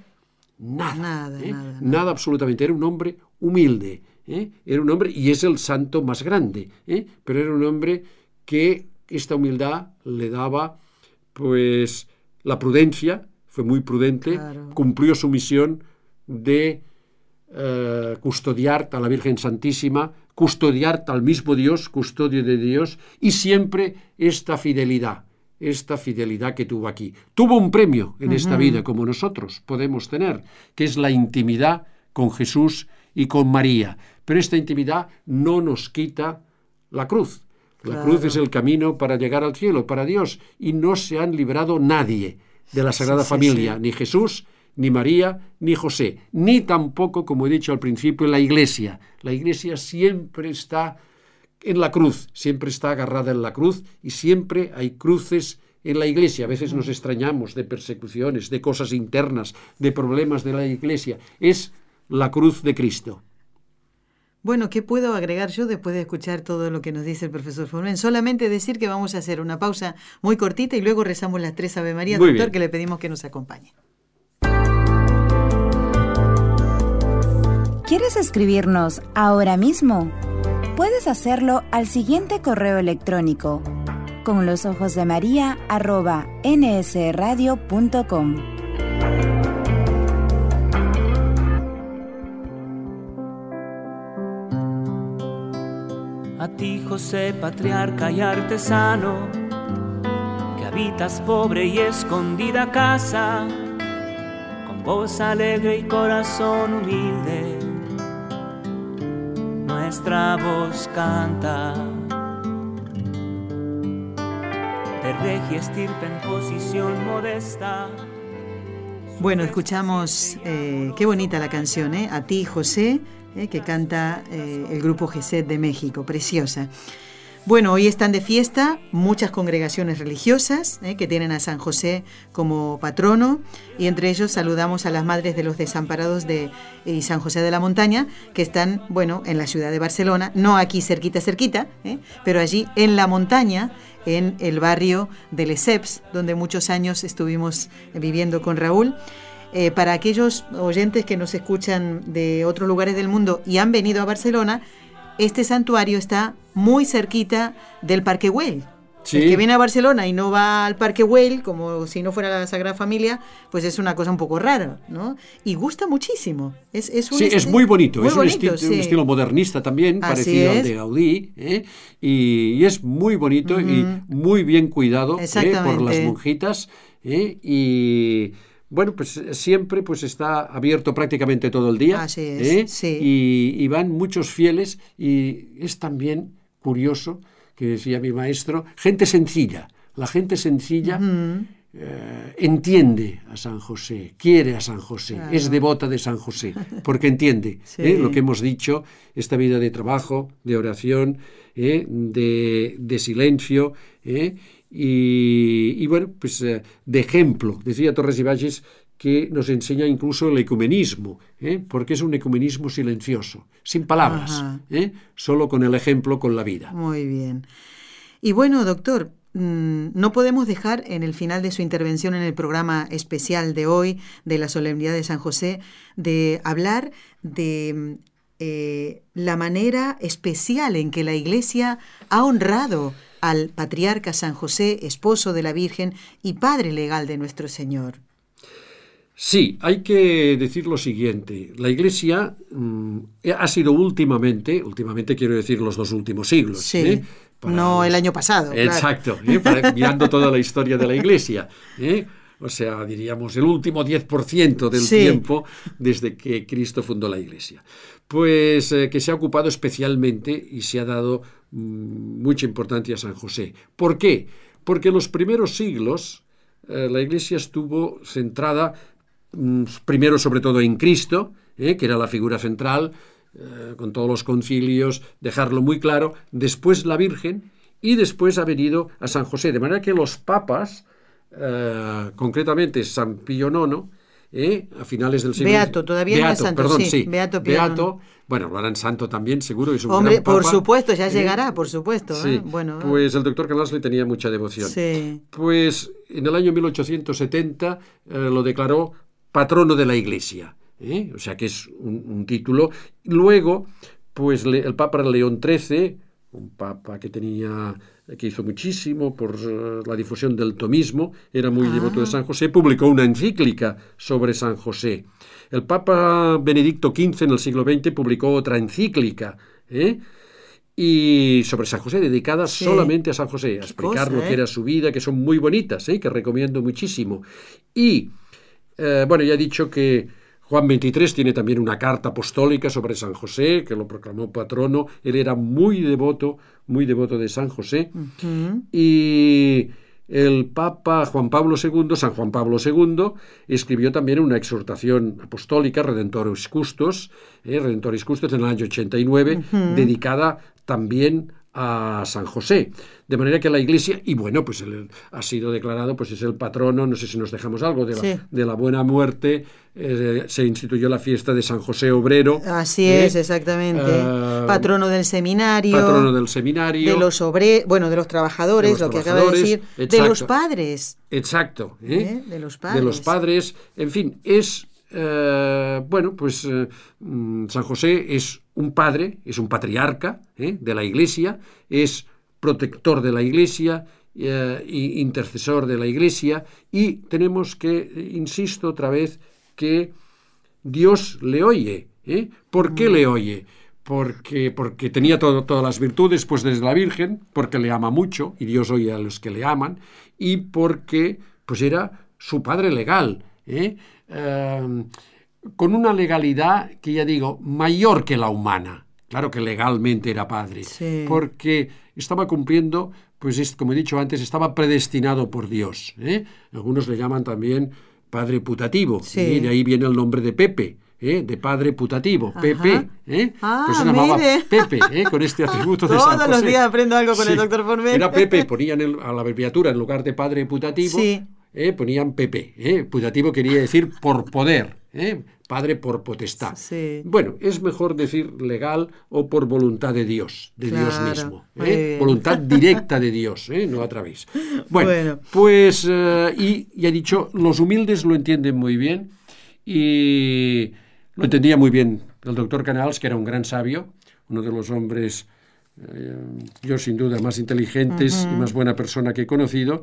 nada absolutamente. Era un hombre humilde. Era un hombre, y es el santo más grande, pero era un hombre que esta humildad le daba, pues, la prudencia, fue muy prudente, cumplió su misión de custodiar a la Virgen Santísima, custodiar al mismo Dios, custodio de Dios, y siempre esta fidelidad que tuvo aquí. Tuvo un premio en esta vida, como nosotros podemos tener, que es la intimidad con Jesús y con María. Pero esta intimidad no nos quita la cruz. La cruz es el camino para llegar al cielo, para Dios, y no se han librado nadie de la Sagrada Familia, ni Jesús, ni María, ni José, ni tampoco, como he dicho al principio, la Iglesia. La Iglesia siempre está en la cruz, siempre está agarrada en la cruz, y siempre hay cruces en la Iglesia. A veces nos extrañamos de persecuciones, de cosas internas, de problemas de la Iglesia. Es la cruz de Cristo.
Bueno, ¿qué puedo agregar yo después de escuchar todo lo que nos dice el profesor Formen? Solamente decir que vamos a hacer una pausa muy cortita y luego rezamos las 3 Ave María, doctor, que le pedimos que nos acompañe.
¿Quieres escribirnos ahora mismo? Puedes hacerlo al siguiente correo electrónico: conlosojosdemaria@nsradio.com.
A ti, José, patriarca y artesano, que habitas pobre y escondida casa, con voz alegre y corazón humilde, nuestra voz canta. De regia estirpe en posición modesta.
Bueno, escuchamos, qué bonita la canción, A ti, José, que canta el grupo GESED de México, preciosa. Bueno, hoy están de fiesta muchas congregaciones religiosas que tienen a San José como patrono, y entre ellos saludamos a las Madres de los Desamparados y San José de la Montaña, que están, bueno, en la ciudad de Barcelona, no aquí cerquita, pero allí en la montaña, en el barrio de Lesseps, donde muchos años estuvimos viviendo con Raúl. Para aquellos oyentes que nos escuchan de otros lugares del mundo y han venido a Barcelona, este santuario está muy cerquita del Parque Güell. Sí. El que viene a Barcelona y no va al Parque Güell, como si no fuera la Sagrada Familia, pues es una cosa un poco rara, ¿no? Y gusta muchísimo. Es
muy bonito. Un estilo modernista también, parecido al de Gaudí, y es muy bonito y muy bien cuidado por las monjitas, y... Bueno, pues siempre pues está abierto prácticamente todo el día.
Así es, sí.
Y van muchos fieles, y es también curioso, que decía mi maestro, gente sencilla. La gente sencilla entiende a San José, quiere a San José, es devota de San José, porque entiende lo que hemos dicho, esta vida de trabajo, de oración, de silencio, y bueno, pues de ejemplo. Decía Torres y Valles que nos enseña incluso el ecumenismo, porque es un ecumenismo silencioso, sin palabras, solo con el ejemplo, con la vida.
Muy bien. Y bueno, doctor, no podemos dejar en el final de su intervención en el programa especial de hoy, de la solemnidad de San José, de hablar de la manera especial en que la Iglesia ha honrado al patriarca San José, esposo de la Virgen y padre legal de nuestro Señor.
Sí, hay que decir lo siguiente. La Iglesia ha sido últimamente quiero decir los 2 últimos siglos.
Sí, no el año pasado.
Exacto, mirando toda la historia de la Iglesia. O sea, diríamos el último 10% del tiempo desde que Cristo fundó la Iglesia. Pues que se ha ocupado especialmente y se ha dado mucha importancia a San José. ¿Por qué? Porque en los primeros siglos la Iglesia estuvo centrada primero sobre todo en Cristo, que era la figura central, con todos los concilios, dejarlo muy claro, después la Virgen y después ha venido a San José, de manera que los papas concretamente San Pío IX, a finales del siglo...
Beato, todavía no es santo,
perdón,
sí, Beato Pío
Beato, bueno, lo harán santo también, seguro, es un
Hombre,
gran papa.
por supuesto, ya llegará, por supuesto.
Sí,
bueno,
pues el doctor Canals le tenía mucha devoción.
Sí.
Pues en el año 1870 lo declaró patrono de la Iglesia, o sea que es un título. Luego, pues el Papa León XIII, un papa que hizo muchísimo por la difusión del tomismo, era muy devoto de San José, publicó una encíclica sobre San José. El Papa Benedicto XV en el siglo XX publicó otra encíclica, y sobre San José, dedicada solamente a San José, a explicar lo que era su vida, que son muy bonitas, que recomiendo muchísimo. Y, bueno, ya he dicho que Juan XXIII tiene también una carta apostólica sobre San José, que lo proclamó patrono. Él era muy devoto de San José. Y el Papa Juan Pablo II, San Juan Pablo II, escribió también una exhortación apostólica, Redentoris Custos, en el año 89, dedicada también a San José. De manera que la Iglesia, y bueno, pues él ha sido declarado, pues es el patrono, no sé si nos dejamos algo, de la buena muerte. Se instituyó la fiesta de San José Obrero.
Así es, exactamente. Patrono del seminario.
Patrono del seminario.
De los de los trabajadores, lo que acaba de decir.
Exacto.
De los padres.
Exacto.
De los padres.
De los padres. En fin, es... bueno, pues San José es un padre, es un patriarca de la Iglesia, es protector de la Iglesia, intercesor de la Iglesia, y tenemos que, insisto otra vez, que Dios le oye. ¿Por qué le oye? Porque tenía todas las virtudes, pues desde la Virgen, porque le ama mucho, y Dios oye a los que le aman, y porque pues era su padre legal, con una legalidad que, ya digo, mayor que la humana. Claro que legalmente era padre, porque estaba cumpliendo, pues como he dicho antes, estaba predestinado por Dios. Algunos le llaman también padre putativo, y de ahí viene el nombre de Pepe, de padre putativo. Ajá. Pepe, pues se llamaba Pepe, con este atributo de San José.
Todos los días aprendo algo con el doctor Formen.
Era Pepe, ponían a la abreviatura en lugar de padre putativo, ponían Pepe. Putativo quería decir por poder, padre por potestad. Bueno, es mejor decir legal o por voluntad de Dios, Dios mismo. Voluntad directa de Dios, no a través. Bueno. Pues, y ya he dicho, los humildes lo entienden muy bien, y lo entendía muy bien el doctor Canals, que era un gran sabio, uno de los hombres, yo sin duda, más inteligentes y más buena persona que he conocido,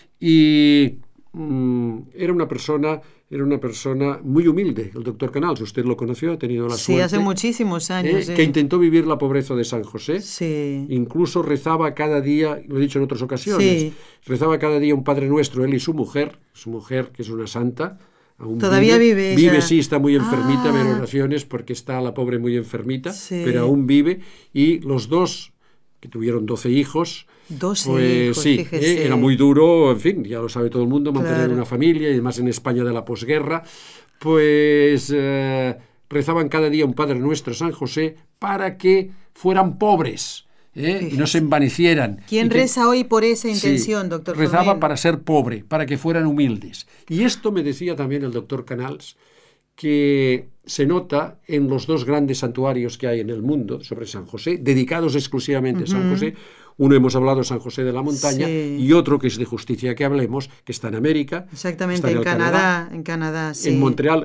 y era una persona muy humilde, el doctor Canals. Usted lo conoció, ha tenido la suerte.
Sí, hace muchísimos años.
Que intentó vivir la pobreza de San José.
Sí.
Incluso rezaba cada día, lo he dicho en otras ocasiones, rezaba cada día un Padre Nuestro, él y su mujer, que es una santa.
Todavía vive ella.
Vive, sí, está muy enfermita, ver oraciones porque está la pobre muy enfermita, pero aún vive. Y los dos, que tuvieron 12 hijos,
12
pues
hijos,
sí,
fíjese.
Era muy duro, en fin, ya lo sabe todo el mundo, mantener una familia, y además en España de la posguerra, pues rezaban cada día un Padre Nuestro, San José, para que fueran pobres, y no se envanecieran.
¿Quién reza hoy por esa intención, doctor Formen?
Rezaba para ser pobre, para que fueran humildes. Y esto me decía también el doctor Canals, que se nota en los dos grandes santuarios que hay en el mundo sobre San José, dedicados exclusivamente a San José. Uno hemos hablado, San José de la Montaña, y otro, que es de Justicia que hablemos, que está en América.
Exactamente, en Canadá, sí.
En Montreal,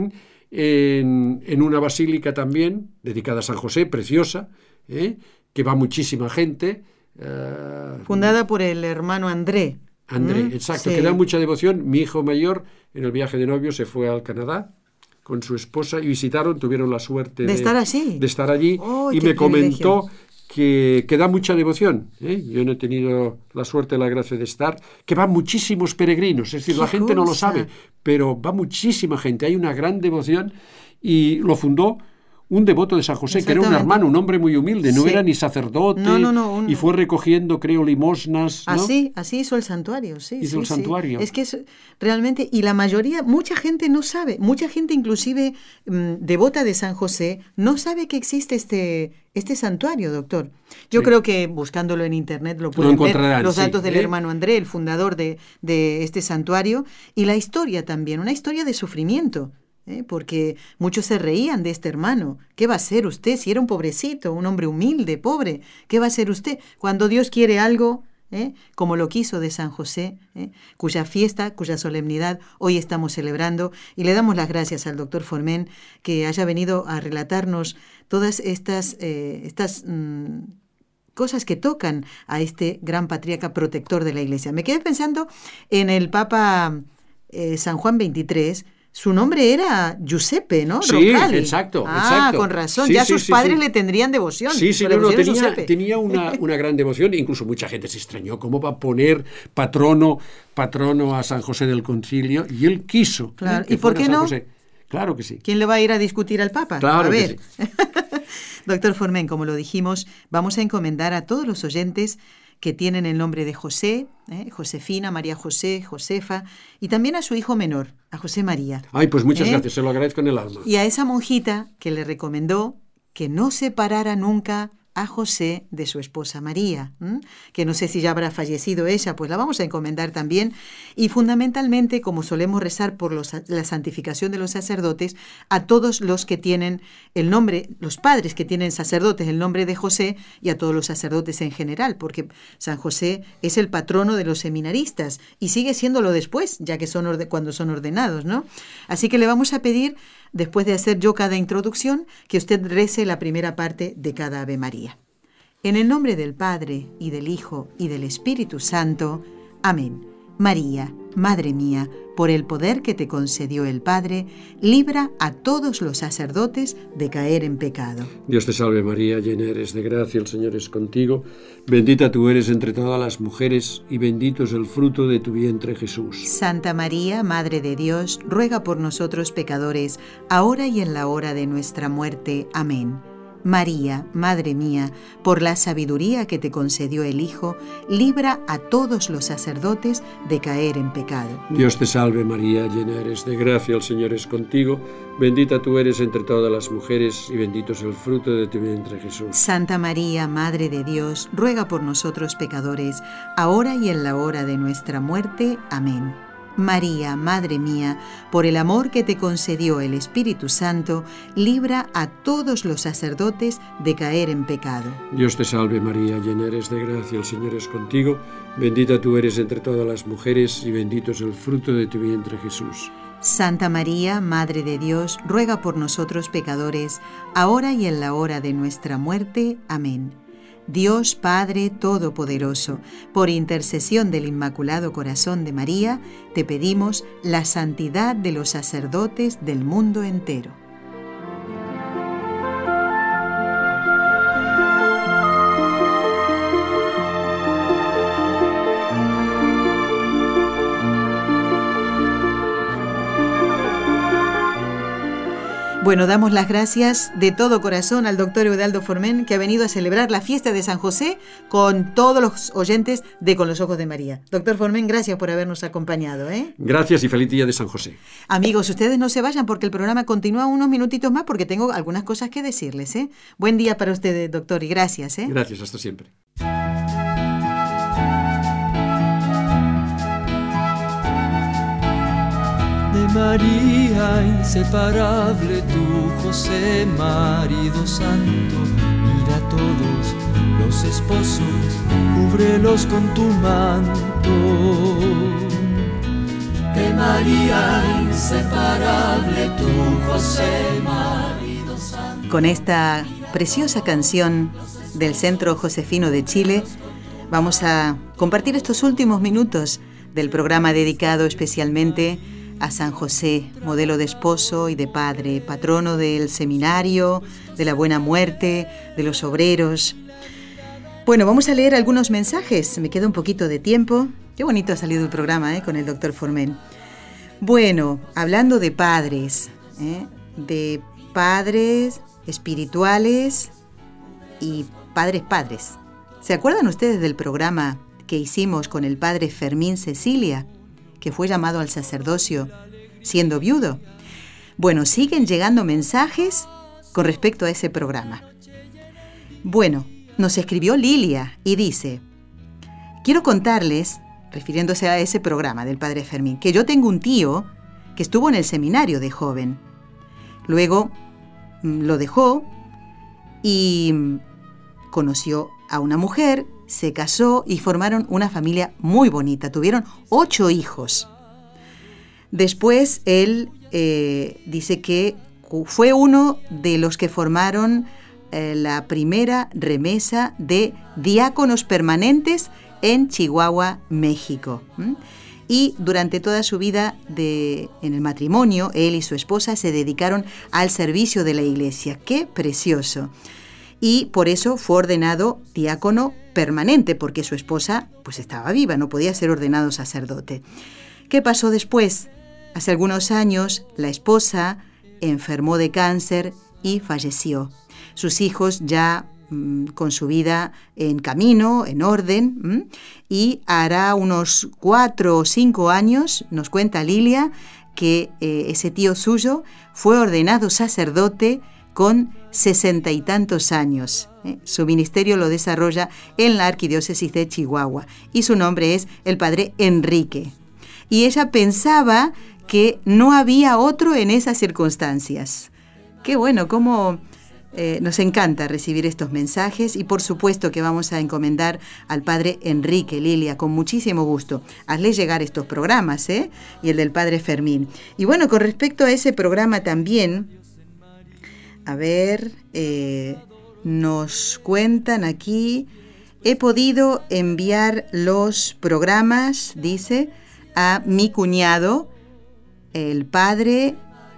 en una basílica también, dedicada a San José, preciosa, que va muchísima gente.
Fundada por el hermano André.
Exacto, que da mucha devoción. Mi hijo mayor, en el viaje de novio, se fue al Canadá con su esposa y tuvieron la suerte de estar allí, y me comentó que da mucha devoción. Yo no he tenido la suerte, la gracia de estar, que van muchísimos peregrinos, es decir, la gente no lo sabe, pero va muchísima gente, hay una gran devoción, y lo fundó un devoto de San José, que era un hermano, un hombre muy humilde, no era ni sacerdote, y fue recogiendo, creo, limosnas, ¿no?
Así hizo el santuario, sí.
Hizo el santuario.
Es que realmente, y la mayoría, mucha gente no sabe, mucha gente inclusive devota de San José, no sabe que existe este santuario, doctor. Yo creo que buscándolo en internet lo pueden ver, los datos del hermano André, el fundador de este santuario, y la historia también, una historia de sufrimiento. Porque muchos se reían de este hermano. ¿Qué va a hacer usted si era un pobrecito, un hombre humilde, pobre? ¿Qué va a hacer usted cuando Dios quiere algo, como lo quiso de San José, cuya fiesta, cuya solemnidad hoy estamos celebrando? Y le damos las gracias al doctor Forment que haya venido a relatarnos todas estas cosas que tocan a este gran patriarca protector de la Iglesia. Me quedé pensando en el Papa San Juan XXIII. Su nombre era Giuseppe, ¿no?
Sí,
Rocali.
exacto.
Con razón. Ya sus padres le tendrían devoción.
Tenía una gran devoción. Incluso mucha gente se extrañó. ¿Cómo va a poner patrono a San José del Concilio? Y él quiso.
Claro. ¿Y por qué no?
Claro que sí.
¿Quién le va a ir a discutir al Papa?
Claro
a ver.
Que sí.
Doctor Forment, como lo dijimos, vamos a encomendar a todos los oyentes que tienen el nombre de José, Josefina, María José, Josefa, y también a su hijo menor, a José María.
Ay, pues muchas gracias, se lo agradezco en el alma.
Y a esa monjita que le recomendó que no separara nunca a José de su esposa María, que no sé si ya habrá fallecido ella, pues la vamos a encomendar también. Y fundamentalmente, como solemos rezar por la santificación de los sacerdotes, a todos los que tienen el nombre, los padres que tienen sacerdotes, el nombre de José, y a todos los sacerdotes en general, porque San José es el patrono de los seminaristas y sigue siéndolo después, ya que cuando son ordenados, ¿no? Así que le vamos a pedir, después de hacer yo cada introducción, que usted rece la primera parte de cada Ave María. En el nombre del Padre, y del Hijo, y del Espíritu Santo. Amén. María, Madre mía, por el poder que te concedió el Padre, libra a todos los sacerdotes de caer en pecado.
Dios te salve María, llena eres de gracia, el Señor es contigo. Bendita tú eres entre todas las mujeres, y bendito es el fruto de tu vientre, Jesús.
Santa María, Madre de Dios, ruega por nosotros pecadores, ahora y en la hora de nuestra muerte. Amén. María, Madre mía, por la sabiduría que te concedió el Hijo, libra a todos los sacerdotes de caer en pecado.
Dios te salve María, llena eres de gracia, el Señor es contigo. Bendita tú eres entre todas las mujeres, y bendito es el fruto de tu vientre, Jesús.
Santa María, Madre de Dios, ruega por nosotros pecadores, ahora y en la hora de nuestra muerte. Amén. María, Madre mía, por el amor que te concedió el Espíritu Santo, libra a todos los sacerdotes de caer en pecado.
Dios te salve María, llena eres de gracia, el Señor es contigo. Bendita tú eres entre todas las mujeres, y bendito es el fruto de tu vientre, Jesús.
Santa María, Madre de Dios, ruega por nosotros pecadores, ahora y en la hora de nuestra muerte. Amén. Dios Padre Todopoderoso, por intercesión del Inmaculado Corazón de María, te pedimos la santidad de los sacerdotes del mundo entero. Bueno, damos las gracias de todo corazón al doctor Eudaldo Forment, que ha venido a celebrar la fiesta de San José con todos los oyentes de Con los Ojos de María. Doctor Forment, gracias por habernos acompañado.
Gracias y feliz día de San José.
Amigos, ustedes no se vayan porque el programa continúa unos minutitos más porque tengo algunas cosas que decirles. Buen día para ustedes, doctor, y gracias.
Gracias, hasta siempre.
De María inseparable, tu José, marido santo, mira a todos los esposos, cúbrelos con tu manto. De María inseparable, tu José, marido santo.
Con esta preciosa canción del Centro Josefino de Chile, vamos a compartir estos últimos minutos del programa dedicado especialmente a San José, modelo de esposo y de padre, patrono del seminario, de la buena muerte, de los obreros. Bueno, vamos a leer algunos mensajes, me queda un poquito de tiempo. Qué bonito ha salido el programa con el doctor Forment. Bueno, hablando de padres, espirituales y padres. ¿Se acuerdan ustedes del programa que hicimos con el padre Fermín Cecilia, que fue llamado al sacerdocio siendo viudo? Bueno, siguen llegando mensajes con respecto a ese programa. Bueno, nos escribió Lilia y dice: quiero contarles, refiriéndose a ese programa del padre Fermín, que yo tengo un tío que estuvo en el seminario de joven. Luego lo dejó y conoció a una mujer, se casó y formaron una familia muy bonita. Tuvieron 8 hijos. Después él dice que fue uno de los que formaron la primera remesa de diáconos permanentes en Chihuahua, México. Y durante toda su vida en el matrimonio, él y su esposa se dedicaron al servicio de la iglesia. ¡Qué precioso! Y por eso fue ordenado diácono permanente, porque su esposa pues estaba viva, no podía ser ordenado sacerdote. ¿Qué pasó después? Hace algunos años la esposa enfermó de cáncer y falleció. Sus hijos ya con su vida en camino, en orden, y hará unos 4 o 5 años, nos cuenta Lilia, que ese tío suyo fue ordenado sacerdote con 60 y tantos años. Su ministerio lo desarrolla en la arquidiócesis de Chihuahua y su nombre es el padre Enrique. Y ella pensaba que no había otro en esas circunstancias. Qué bueno, cómo nos encanta recibir estos mensajes y por supuesto que vamos a encomendar al padre Enrique, Lilia, con muchísimo gusto. Hazle llegar estos programas, y el del padre Fermín. Y bueno, con respecto a ese programa también, a ver, nos cuentan aquí, he podido enviar los programas, dice, a mi cuñado, el padre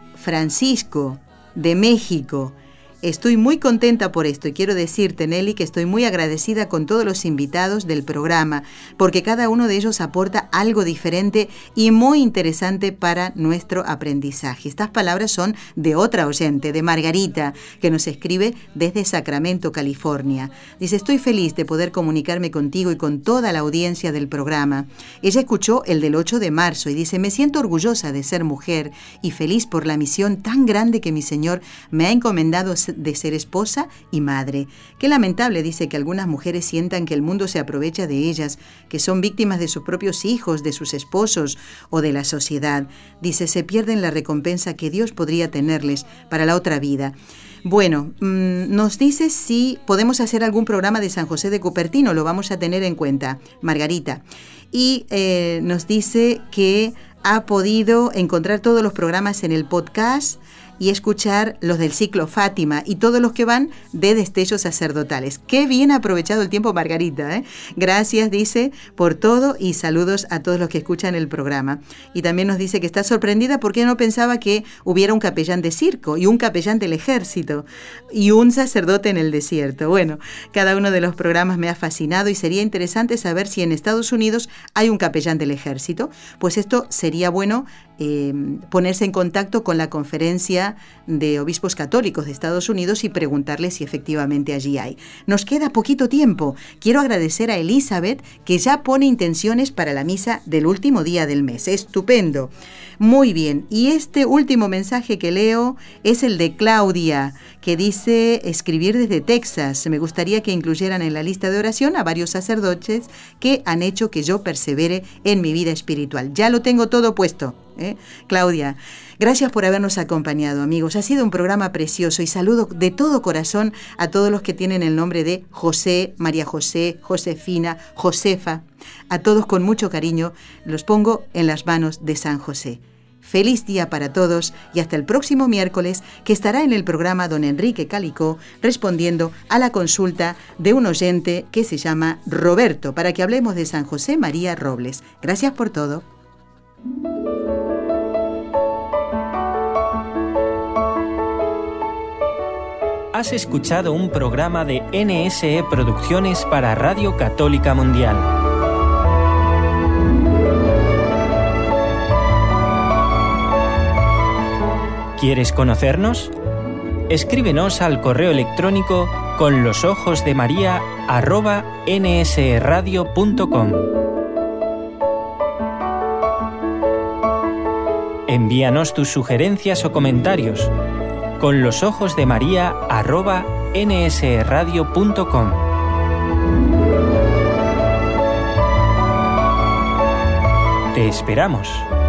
Francisco de México. Estoy muy contenta por esto y quiero decirte, Nelly, que estoy muy agradecida con todos los invitados del programa, porque cada uno de ellos aporta algo diferente y muy interesante para nuestro aprendizaje. Estas palabras son de otra oyente, de Margarita, que nos escribe desde Sacramento, California. Dice: estoy feliz de poder comunicarme contigo y con toda la audiencia del programa. Ella escuchó el del 8 de marzo y dice: me siento orgullosa de ser mujer y feliz por la misión tan grande que mi Señor me ha encomendado de ser esposa y madre. Qué lamentable, dice, que algunas mujeres sientan que el mundo se aprovecha de ellas, que son víctimas de sus propios hijos, de sus esposos o de la sociedad. Dice: se pierden la recompensa que Dios podría tenerles para la otra vida. Bueno, nos dice si podemos hacer algún programa de San José de Cupertino, lo vamos a tener en cuenta, Margarita. Y nos dice que ha podido encontrar todos los programas en el podcast y escuchar los del ciclo Fátima y todos los que van de destellos sacerdotales. Qué bien aprovechado el tiempo, Margarita, Gracias, dice, por todo y saludos a todos los que escuchan el programa. Y también nos dice que está sorprendida porque no pensaba que hubiera un capellán de circo y un capellán del ejército y un sacerdote en el desierto. Bueno, cada uno de los programas me ha fascinado y sería interesante saber si en Estados Unidos hay un capellán del ejército. Pues esto sería bueno ponerse en contacto con la Conferencia de Obispos Católicos de Estados Unidos y preguntarle si efectivamente allí hay. Nos queda poquito tiempo. Quiero agradecer a Elizabeth, que ya pone intenciones para la misa del último día del mes. Estupendo. Muy bien. Y este último mensaje que leo es el de Claudia, que dice escribir desde Texas. Me gustaría que incluyeran en la lista de oración a varios sacerdotes que han hecho que yo persevere en mi vida espiritual. Ya lo tengo todo puesto, Claudia. Gracias por habernos acompañado, amigos. Ha sido un programa precioso y saludo de todo corazón a todos los que tienen el nombre de José, María José, Josefina, Josefa. A todos con mucho cariño los pongo en las manos de San José. Feliz día para todos y hasta el próximo miércoles, que estará en el programa don Enrique Calicó respondiendo a la consulta de un oyente que se llama Roberto, para que hablemos de San José María Robles. Gracias por todo.
Has escuchado un programa de NSE Producciones para Radio Católica Mundial. ¿Quieres conocernos? escríbenos al correo electrónico conlosojosdemaria@nsradio.com. Envíanos tus sugerencias o comentarios conlosojosdemaria@nsradio.com. Te esperamos.